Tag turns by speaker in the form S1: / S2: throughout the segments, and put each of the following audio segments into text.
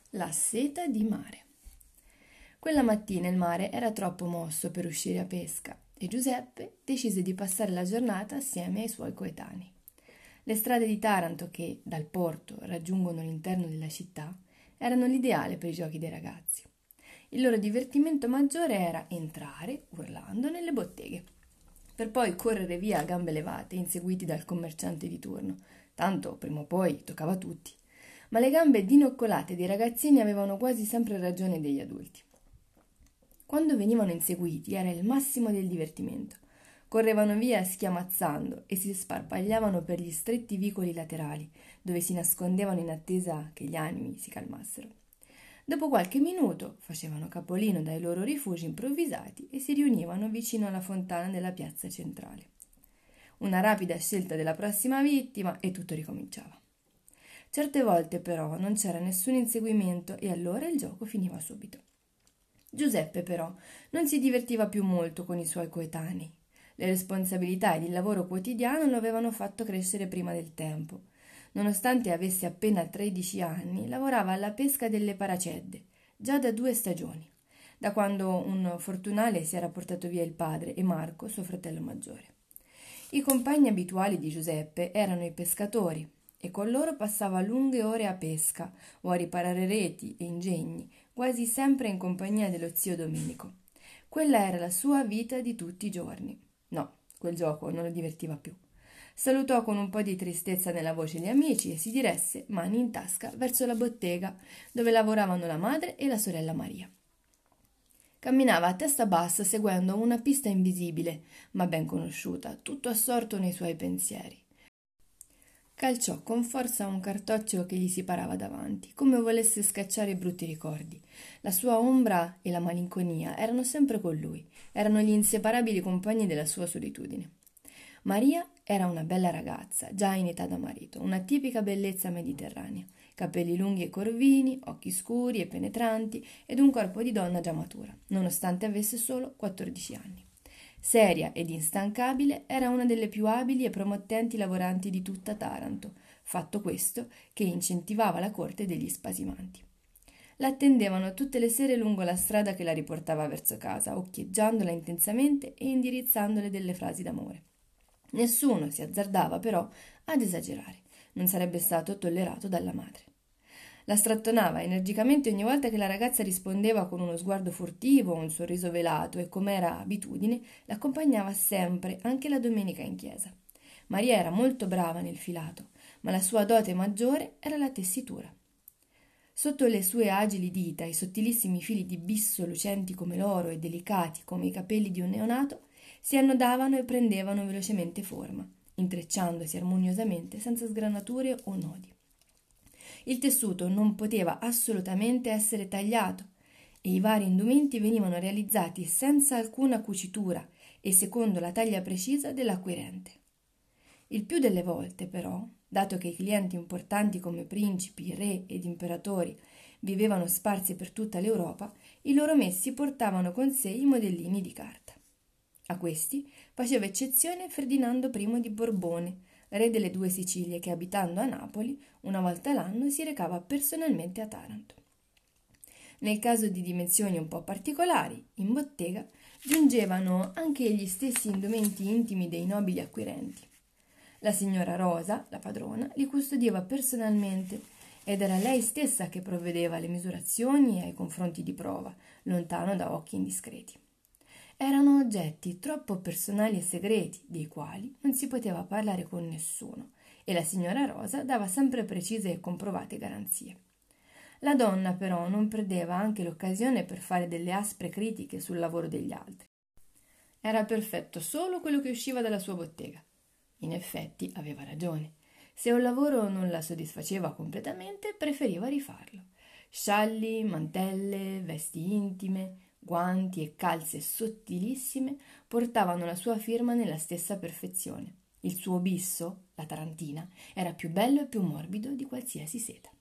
S1: La seta di mare. Quella mattina il mare era troppo mosso per uscire a pesca e Giuseppe decise di passare la giornata assieme ai suoi coetanei. Le strade di Taranto che, dal porto, raggiungono l'interno della città, erano l'ideale per i giochi dei ragazzi. Il loro divertimento maggiore era entrare, urlando, nelle botteghe, per poi correre via a gambe levate, inseguiti dal commerciante di turno. Tanto, prima o poi, toccava a tutti. Ma le gambe dinoccolate dei ragazzini avevano quasi sempre ragione degli adulti. Quando venivano inseguiti era il massimo del divertimento. Correvano via schiamazzando e si sparpagliavano per gli stretti vicoli laterali, dove si nascondevano in attesa che gli animi si calmassero. Dopo qualche minuto facevano capolino dai loro rifugi improvvisati e si riunivano vicino alla fontana della piazza centrale. Una rapida scelta della prossima vittima e tutto ricominciava. Certe volte però non c'era nessun inseguimento e allora il gioco finiva subito. Giuseppe però non si divertiva più molto con i suoi coetanei. Le responsabilità ed il lavoro quotidiano lo avevano fatto crescere prima del tempo. Nonostante avesse appena 13 anni, lavorava alla pesca delle paracedde, già da 2 stagioni, da quando un fortunale si era portato via il padre e Marco, suo fratello maggiore. I compagni abituali di Giuseppe erano i pescatori e con loro passava lunghe ore a pesca o a riparare reti e ingegni, quasi sempre in compagnia dello zio Domenico. Quella era la sua vita di tutti i giorni. No, quel gioco non lo divertiva più. Salutò con un po' di tristezza nella voce gli amici e si diresse, mani in tasca, verso la bottega dove lavoravano la madre e la sorella Maria. Camminava a testa bassa seguendo una pista invisibile, ma ben conosciuta, tutto assorto nei suoi pensieri. Calciò con forza un cartoccio che gli si parava davanti, come volesse scacciare i brutti ricordi. La sua ombra e la malinconia erano sempre con lui, erano gli inseparabili compagni della sua solitudine. Maria era una bella ragazza, già in età da marito, una tipica bellezza mediterranea, capelli lunghi e corvini, occhi scuri e penetranti ed un corpo di donna già matura, nonostante avesse solo 14 anni. Seria ed instancabile, era una delle più abili e promettenti lavoranti di tutta Taranto, fatto questo che incentivava la corte degli spasimanti. L'attendevano tutte le sere lungo la strada che la riportava verso casa, occhieggiandola intensamente e indirizzandole delle frasi d'amore. Nessuno si azzardava però ad esagerare, non sarebbe stato tollerato dalla madre. La strattonava energicamente ogni volta che la ragazza rispondeva con uno sguardo furtivo o un sorriso velato e, come era abitudine, l'accompagnava sempre, anche la domenica in chiesa. Maria era molto brava nel filato, ma la sua dote maggiore era la tessitura. Sotto le sue agili dita, i sottilissimi fili di bisso lucenti come l'oro e delicati come i capelli di un neonato si annodavano e prendevano velocemente forma, intrecciandosi armoniosamente senza sgranature o nodi. Il tessuto non poteva assolutamente essere tagliato e i vari indumenti venivano realizzati senza alcuna cucitura e secondo la taglia precisa dell'acquirente. Il più delle volte, però, dato che i clienti importanti come principi, re ed imperatori vivevano sparsi per tutta l'Europa, i loro messi portavano con sé i modellini di carta. A questi faceva eccezione Ferdinando I di Borbone, re delle 2 Sicilie, che abitando a Napoli, una volta l'anno si recava personalmente a Taranto. Nel caso di dimensioni un po' particolari, in bottega giungevano anche gli stessi indumenti intimi dei nobili acquirenti. La signora Rosa, la padrona, li custodiva personalmente ed era lei stessa che provvedeva alle misurazioni e ai confronti di prova, lontano da occhi indiscreti. Erano oggetti troppo personali e segreti, dei quali non si poteva parlare con nessuno, e la signora Rosa dava sempre precise e comprovate garanzie. La donna però non perdeva anche l'occasione per fare delle aspre critiche sul lavoro degli altri. Era perfetto solo quello che usciva dalla sua bottega. In effetti aveva ragione. Se un lavoro non la soddisfaceva completamente, preferiva rifarlo. Scialli, mantelle, vesti intime, guanti e calze sottilissime portavano la sua firma nella stessa perfezione. Il suo bisso, la tarantina, era più bello e più morbido di qualsiasi seta.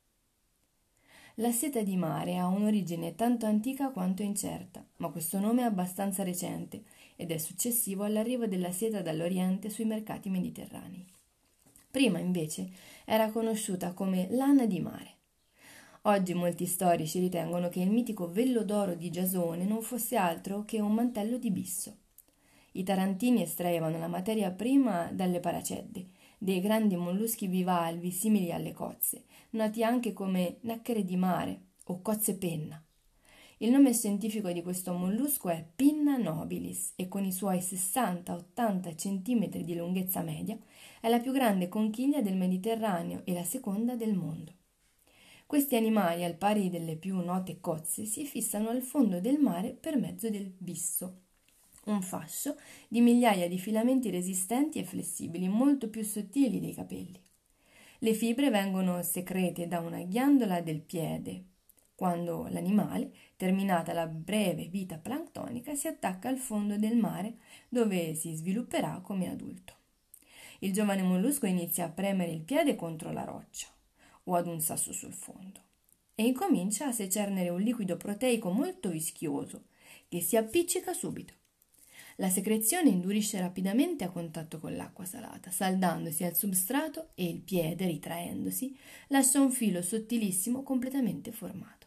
S1: La seta di mare ha un'origine tanto antica quanto incerta, ma questo nome è abbastanza recente ed è successivo all'arrivo della seta dall'Oriente sui mercati mediterranei. Prima, invece, era conosciuta come lana di mare. Oggi molti storici ritengono che il mitico vello d'oro di Giasone non fosse altro che un mantello di bisso. I tarantini estraevano la materia prima dalle paracedde, dei grandi molluschi bivalvi simili alle cozze, noti anche come nacchere di mare o cozze penna. Il nome scientifico di questo mollusco è Pinna nobilis e con i suoi 60-80 cm di lunghezza media è la più grande conchiglia del Mediterraneo e la seconda del mondo. Questi animali, al pari delle più note cozze, si fissano al fondo del mare per mezzo del bisso, un fascio di migliaia di filamenti resistenti e flessibili, molto più sottili dei capelli. Le fibre vengono secrete da una ghiandola del piede, quando l'animale, terminata la breve vita planctonica, si attacca al fondo del mare, dove si svilupperà come adulto. Il giovane mollusco inizia a premere il piede contro la roccia o ad un sasso sul fondo e incomincia a secernere un liquido proteico molto vischioso che si appiccica subito. La secrezione indurisce rapidamente a contatto con l'acqua salata, saldandosi al substrato e il piede, ritraendosi, lascia un filo sottilissimo completamente formato.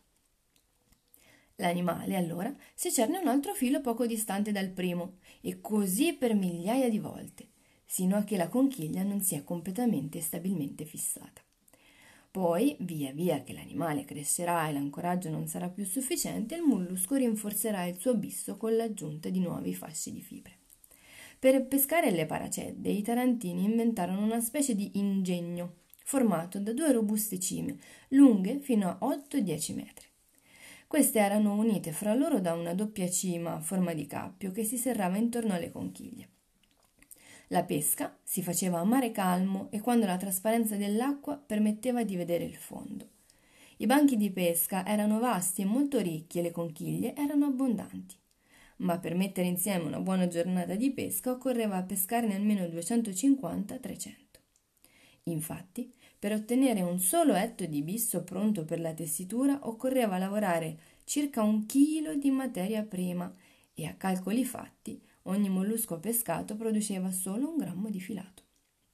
S1: L'animale allora secerne un altro filo poco distante dal primo e così per migliaia di volte, sino a che la conchiglia non sia completamente e stabilmente fissata. Poi, via via che l'animale crescerà e l'ancoraggio non sarà più sufficiente, il mollusco rinforzerà il suo bisso con l'aggiunta di nuovi fasci di fibre. Per pescare le paracedde, i tarantini inventarono una specie di ingegno, formato da due robuste cime, lunghe fino a 8-10 metri. Queste erano unite fra loro da una doppia cima a forma di cappio che si serrava intorno alle conchiglie. La pesca si faceva a mare calmo e quando la trasparenza dell'acqua permetteva di vedere il fondo. I banchi di pesca erano vasti e molto ricchi e le conchiglie erano abbondanti. Ma per mettere insieme una buona giornata di pesca occorreva pescarne almeno 250-300. Infatti, per ottenere un solo etto di bisso pronto per la tessitura occorreva lavorare circa 1 chilo di materia prima e a calcoli fatti ogni mollusco pescato produceva solo 1 grammo di filato.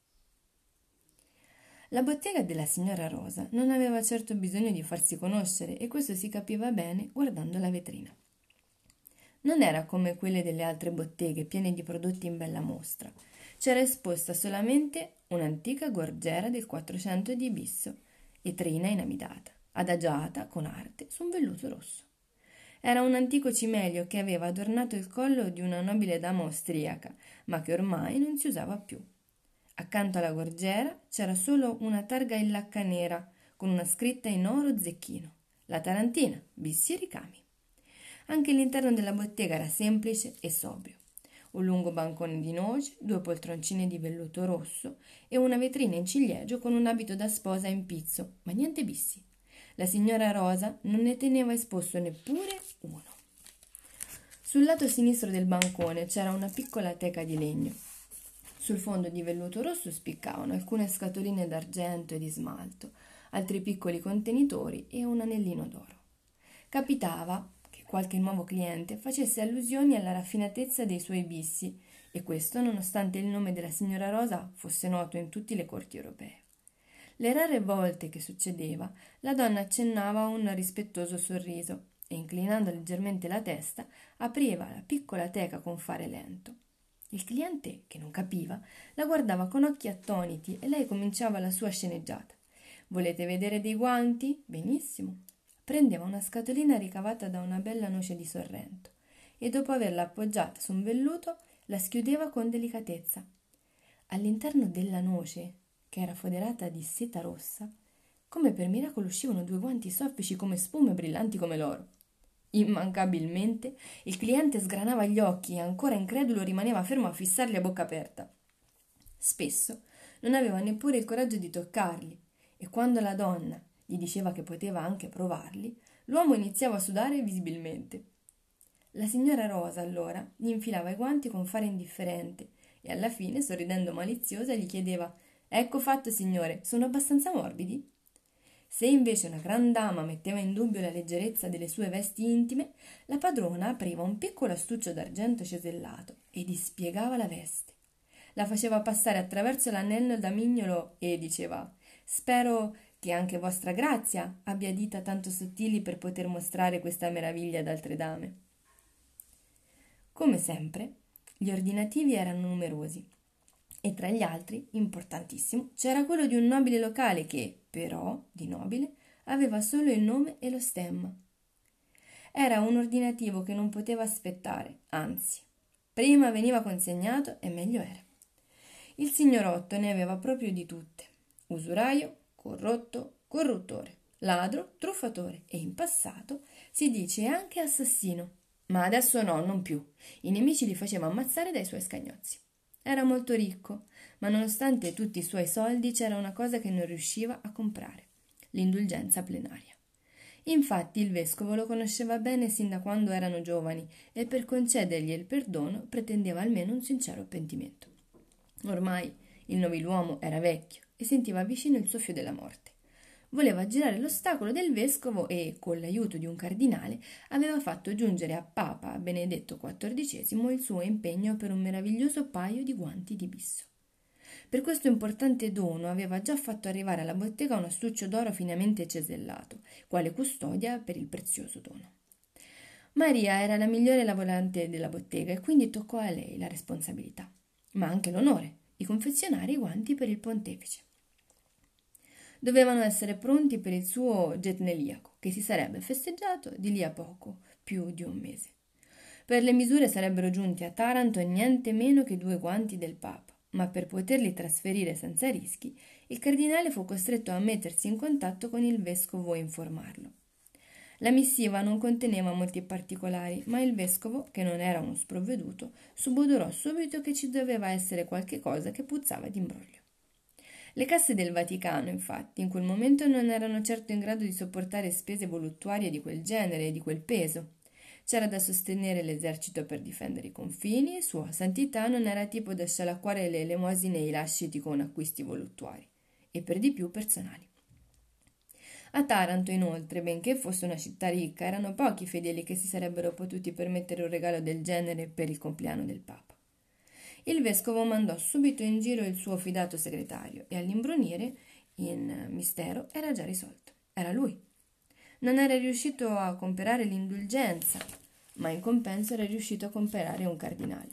S1: La bottega della signora Rosa non aveva certo bisogno di farsi conoscere e questo si capiva bene guardando la vetrina. Non era come quelle delle altre botteghe piene di prodotti in bella mostra. C'era esposta solamente un'antica gorgiera del 400 di bisso e trina inamidata, adagiata con arte su un velluto rosso. Era un antico cimelio che aveva adornato il collo di una nobile dama austriaca, ma che ormai non si usava più. Accanto alla gorgiera c'era solo una targa in lacca nera con una scritta in oro zecchino: La Tarantina, bissi e ricami. Anche l'interno della bottega era semplice e sobrio. Un lungo bancone di noce, 2 poltroncine di velluto rosso e una vetrina in ciliegio con un abito da sposa in pizzo, ma niente bissi. La signora Rosa non ne teneva esposto neppure uno. Sul lato sinistro del bancone c'era una piccola teca di legno. Sul fondo di velluto rosso spiccavano alcune scatoline d'argento e di smalto, altri piccoli contenitori e un anellino d'oro. Capitava che qualche nuovo cliente facesse allusioni alla raffinatezza dei suoi bissi, e questo nonostante il nome della signora Rosa fosse noto in tutte le corti europee. Le rare volte che succedeva, la donna accennava un rispettoso sorriso e, inclinando leggermente la testa, apriva la piccola teca con fare lento. Il cliente, che non capiva, la guardava con occhi attoniti e lei cominciava la sua sceneggiata. «Volete vedere dei guanti? Benissimo!» Prendeva una scatolina ricavata da una bella noce di Sorrento e, dopo averla appoggiata su un velluto, la schiudeva con delicatezza. All'interno della noce, che era foderata di seta rossa, come per miracolo uscivano 2 guanti soffici come spume brillanti come l'oro. Immancabilmente il cliente sgranava gli occhi e ancora incredulo rimaneva fermo a fissarli a bocca aperta. Spesso non aveva neppure il coraggio di toccarli e quando la donna gli diceva che poteva anche provarli, l'uomo iniziava a sudare visibilmente. La signora Rosa allora gli infilava i guanti con fare indifferente e alla fine, sorridendo maliziosa, gli chiedeva: «Ecco fatto, signore, sono abbastanza morbidi?» Se invece una gran dama metteva in dubbio la leggerezza delle sue vesti intime, la padrona apriva un piccolo astuccio d'argento cesellato e dispiegava la veste. La faceva passare attraverso l'anello da mignolo e diceva: «Spero che anche vostra grazia abbia dita tanto sottili per poter mostrare questa meraviglia ad altre dame. Come sempre, gli ordinativi erano numerosi e tra gli altri, importantissimo, c'era quello di un nobile locale che, però, di nobile, aveva solo il nome e lo stemma. Era un ordinativo che non poteva aspettare, anzi, prima veniva consegnato e meglio era. Il signorotto ne aveva proprio di tutte: usuraio, corrotto, corruttore, ladro, truffatore e in passato si dice anche assassino. Ma adesso no, non più. I nemici li faceva ammazzare dai suoi scagnozzi. Era molto ricco, ma nonostante tutti i suoi soldi c'era una cosa che non riusciva a comprare: l'indulgenza plenaria. Infatti il vescovo lo conosceva bene sin da quando erano giovani e per concedergli il perdono pretendeva almeno un sincero pentimento. Ormai il nobiluomo era vecchio e sentiva vicino il soffio della morte. Voleva aggirare l'ostacolo del vescovo e, con l'aiuto di un cardinale, aveva fatto giungere a Papa Benedetto XIV il suo impegno per un meraviglioso paio di guanti di bisso. Per questo importante dono aveva già fatto arrivare alla bottega un astuccio d'oro finemente cesellato, quale custodia per il prezioso dono. Maria era la migliore lavorante della bottega e quindi toccò a lei la responsabilità, ma anche l'onore di confezionare i guanti per il pontefice. Dovevano essere pronti per il suo getneliaco, che si sarebbe festeggiato di lì a poco, più di un mese. Per le misure sarebbero giunti a Taranto niente meno che 2 guanti del Papa, ma per poterli trasferire senza rischi, il cardinale fu costretto a mettersi in contatto con il vescovo e informarlo. La missiva non conteneva molti particolari, ma il vescovo, che non era uno sprovveduto, subodorò subito che ci doveva essere qualche cosa che puzzava d'imbroglio. Le casse del Vaticano, infatti, in quel momento non erano certo in grado di sopportare spese voluttuarie di quel genere e di quel peso. C'era da sostenere l'esercito per difendere i confini e Sua Santità non era tipo da scialacquare le elemosine e i lasciti con acquisti voluttuari, e per di più personali. A Taranto, inoltre, benché fosse una città ricca, erano pochi i fedeli che si sarebbero potuti permettere un regalo del genere per il compleanno del Papa. Il vescovo mandò subito in giro il suo fidato segretario e all'imbrunire, in mistero, era già risolto. Era lui. Non era riuscito a comperare l'indulgenza, ma in compenso era riuscito a comperare un cardinale.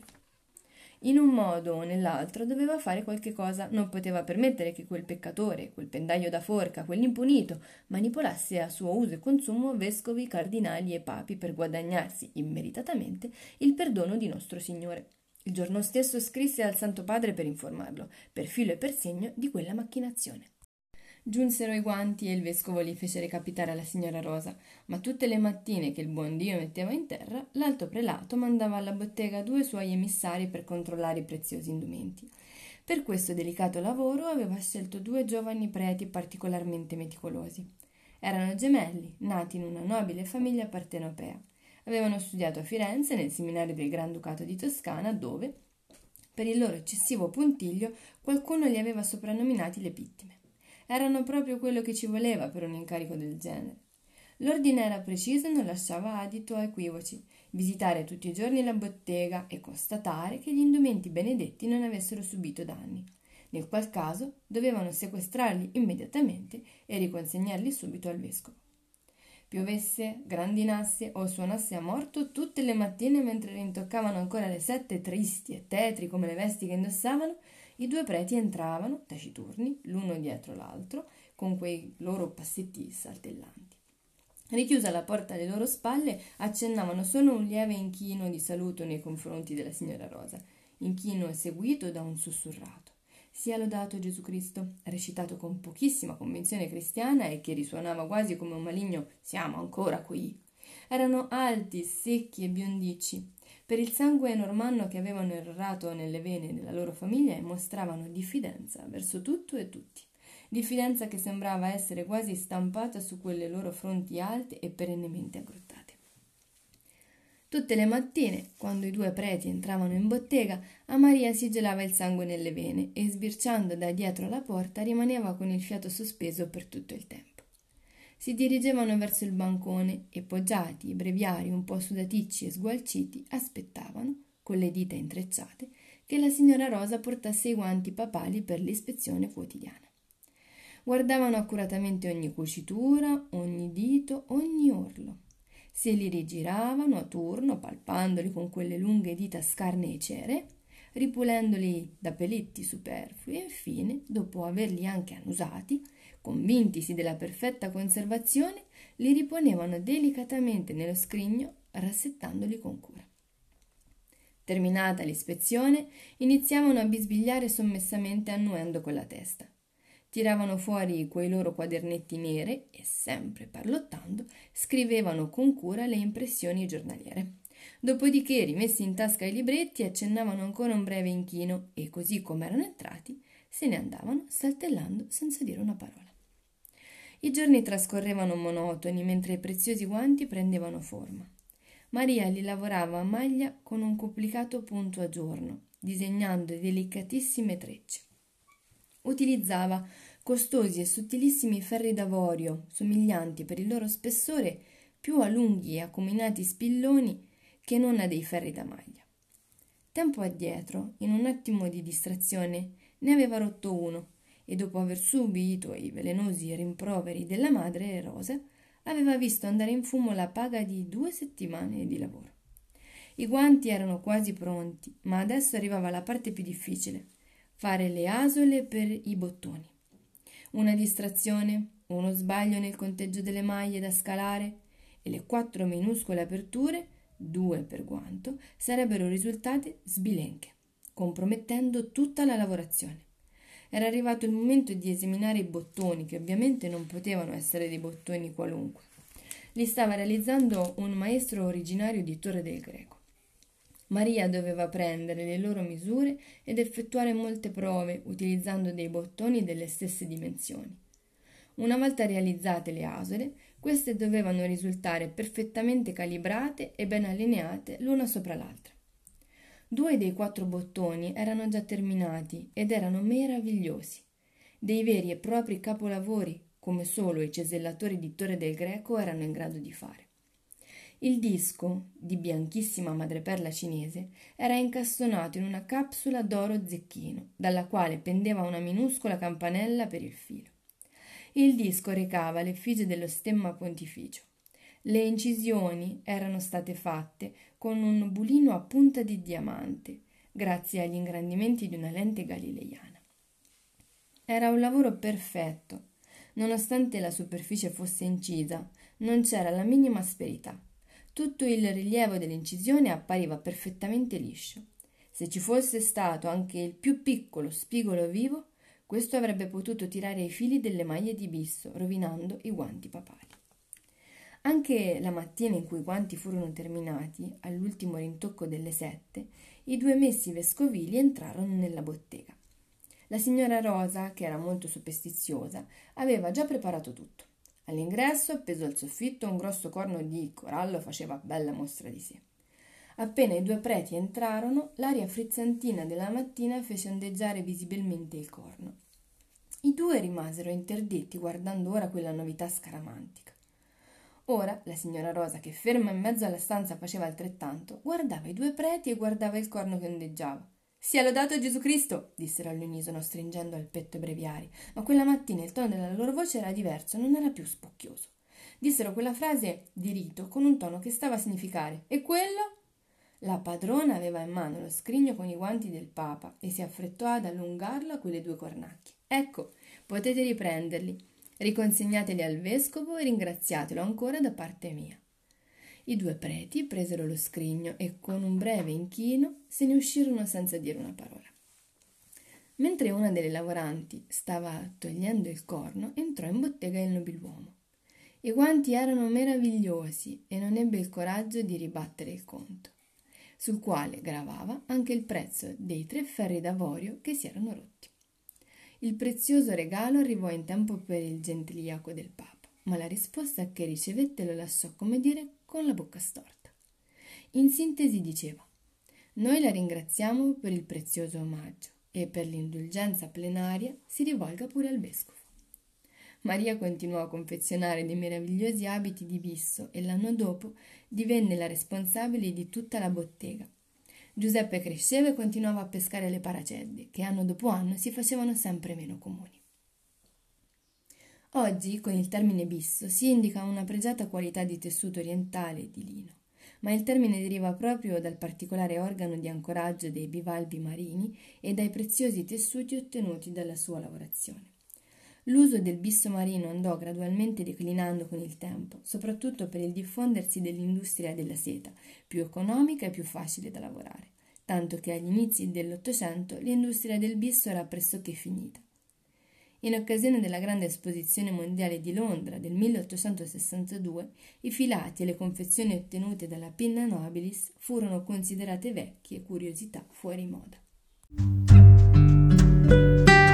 S1: In un modo o nell'altro doveva fare qualche cosa, non poteva permettere che quel peccatore, quel pendaio da forca, quell'impunito, manipolasse a suo uso e consumo vescovi, cardinali e papi per guadagnarsi, immeritatamente, il perdono di nostro Signore. Il giorno stesso scrisse al Santo Padre per informarlo, per filo e per segno, di quella macchinazione. Giunsero i guanti e il vescovo li fece recapitare alla signora Rosa, ma tutte le mattine che il buon Dio metteva in terra, l'alto prelato mandava alla bottega 2 suoi emissari per controllare i preziosi indumenti. Per questo delicato lavoro aveva scelto 2 giovani preti particolarmente meticolosi. Erano gemelli, nati in una nobile famiglia partenopea. Avevano studiato a Firenze nel seminario del Granducato di Toscana, dove, per il loro eccessivo puntiglio, qualcuno li aveva soprannominati le vittime. Erano proprio quello che ci voleva per un incarico del genere. L'ordine era preciso e non lasciava adito a equivoci: visitare tutti i giorni la bottega e constatare che gli indumenti benedetti non avessero subito danni, nel qual caso dovevano sequestrarli immediatamente e riconsegnarli subito al vescovo. Piovesse, grandinasse o suonasse a morto, tutte le mattine mentre rintoccavano ancora le 7 tristi e tetri come le vesti che indossavano, i 2 preti entravano, taciturni, l'uno dietro l'altro, con quei loro passetti saltellanti. Richiusa la porta alle loro spalle, accennavano solo un lieve inchino di saluto nei confronti della signora Rosa, inchino seguito da un sussurrato: «Sia lodato Gesù Cristo», recitato con pochissima convinzione cristiana e che risuonava quasi come un maligno «Siamo ancora qui». Erano alti, secchi e biondicci. Per il sangue normanno che avevano irrorato nelle vene della loro famiglia mostravano diffidenza verso tutto e tutti. Diffidenza che sembrava essere quasi stampata su quelle loro fronti alte e perennemente aggrottate. Tutte le mattine, quando i 2 preti entravano in bottega, a Maria si gelava il sangue nelle vene e, sbirciando da dietro la porta, rimaneva con il fiato sospeso per tutto il tempo. Si dirigevano verso il bancone e, poggiati, i breviari un po' sudaticci e sgualciti, aspettavano, con le dita intrecciate, che la signora Rosa portasse i guanti papali per l'ispezione quotidiana. Guardavano accuratamente ogni cucitura, ogni dito, ogni orlo. Se li rigiravano a turno, palpandoli con quelle lunghe dita scarne e cere, ripulendoli da peletti superflui e infine, dopo averli anche annusati, convintisi della perfetta conservazione, li riponevano delicatamente nello scrigno, rassettandoli con cura. Terminata l'ispezione, iniziavano a bisbigliare sommessamente annuendo con la testa. Tiravano fuori quei loro quadernetti neri e, sempre parlottando, scrivevano con cura le impressioni giornaliere. Dopodiché, rimessi in tasca i libretti, accennavano ancora un breve inchino e, così come erano entrati, se ne andavano saltellando senza dire una parola. I giorni trascorrevano monotoni mentre i preziosi guanti prendevano forma. Maria li lavorava a maglia con un complicato punto a giorno, disegnando delicatissime trecce. Utilizzava costosi e sottilissimi ferri d'avorio, somiglianti per il loro spessore più a lunghi e acuminati spilloni che non a dei ferri da maglia. Tempo addietro, in un attimo di distrazione, ne aveva rotto uno e dopo aver subito i velenosi rimproveri della madre Rosa, aveva visto andare in fumo la paga di 2 settimane di lavoro. I guanti erano quasi pronti, ma adesso arrivava la parte più difficile: fare le asole per i bottoni. Una distrazione, uno sbaglio nel conteggio delle maglie da scalare e le 4 minuscole aperture, 2 per guanto, sarebbero risultate sbilenche, compromettendo tutta la lavorazione. Era arrivato il momento di esaminare i bottoni, che ovviamente non potevano essere dei bottoni qualunque. Li stava realizzando un maestro originario di Torre del Greco. Maria doveva prendere le loro misure ed effettuare molte prove utilizzando dei bottoni delle stesse dimensioni. Una volta realizzate le asole, queste dovevano risultare perfettamente calibrate e ben allineate l'una sopra l'altra. 2 dei 4 bottoni erano già terminati ed erano meravigliosi, dei veri e propri capolavori, come solo i cesellatori di Torre del Greco erano in grado di fare. Il disco, di bianchissima madreperla cinese, era incastonato in una capsula d'oro zecchino, dalla quale pendeva una minuscola campanella per il filo. Il disco recava l'effigie dello stemma pontificio. Le incisioni erano state fatte con un bulino a punta di diamante, grazie agli ingrandimenti di una lente galileiana. Era un lavoro perfetto. Nonostante la superficie fosse incisa, non c'era la minima asperità. Tutto il rilievo dell'incisione appariva perfettamente liscio. Se ci fosse stato anche il più piccolo spigolo vivo, questo avrebbe potuto tirare i fili delle maglie di bisso, rovinando i guanti papali. Anche la mattina in cui i guanti furono terminati, all'ultimo rintocco delle 7, i 2 messi vescovili entrarono nella bottega. La signora Rosa, che era molto superstiziosa, aveva già preparato tutto. All'ingresso, appeso al soffitto, un grosso corno di corallo faceva bella mostra di sé. Appena i 2 preti entrarono, l'aria frizzantina della mattina fece ondeggiare visibilmente il corno. I 2 rimasero interdetti guardando ora quella novità scaramantica. Ora la signora Rosa, che ferma in mezzo alla stanza faceva altrettanto, guardava i 2 preti e guardava il corno che ondeggiava. «Sia lodato Gesù Cristo!» dissero all'unisono, stringendo al petto i breviari, ma quella mattina il tono della loro voce era diverso, non era più spocchioso. Dissero quella frase di rito con un tono che stava a significare «E quello?» La padrona aveva in mano lo scrigno con i guanti del Papa e si affrettò ad allungarlo a quelle 2 cornacchie. «Ecco, potete riprenderli. Riconsegnateli al vescovo e ringraziatelo ancora da parte mia». I 2 preti presero lo scrigno e con un breve inchino se ne uscirono senza dire una parola. Mentre una delle lavoranti stava togliendo il corno, entrò in bottega il nobiluomo. I guanti erano meravigliosi e non ebbe il coraggio di ribattere il conto, sul quale gravava anche il prezzo dei 3 ferri d'avorio che si erano rotti. Il prezioso regalo arrivò in tempo per il gentiliaco del Papa, ma la risposta che ricevette lo lasciò, come dire, con la bocca storta. In sintesi diceva: «Noi la ringraziamo per il prezioso omaggio e per l'indulgenza plenaria si rivolga pure al vescovo». Maria continuò a confezionare dei meravigliosi abiti di bisso e l'anno dopo divenne la responsabile di tutta la bottega. Giuseppe cresceva e continuava a pescare le paracadde, che anno dopo anno si facevano sempre meno comuni. Oggi, con il termine bisso, si indica una pregiata qualità di tessuto orientale e di lino, ma il termine deriva proprio dal particolare organo di ancoraggio dei bivalvi marini e dai preziosi tessuti ottenuti dalla sua lavorazione. L'uso del bisso marino andò gradualmente declinando con il tempo, soprattutto per il diffondersi dell'industria della seta, più economica e più facile da lavorare, tanto che agli inizi dell'Ottocento l'industria del bisso era pressoché finita. In occasione della Grande Esposizione Mondiale di Londra del 1862, i filati e le confezioni ottenute dalla pinna nobilis furono considerate vecchie curiosità fuori moda.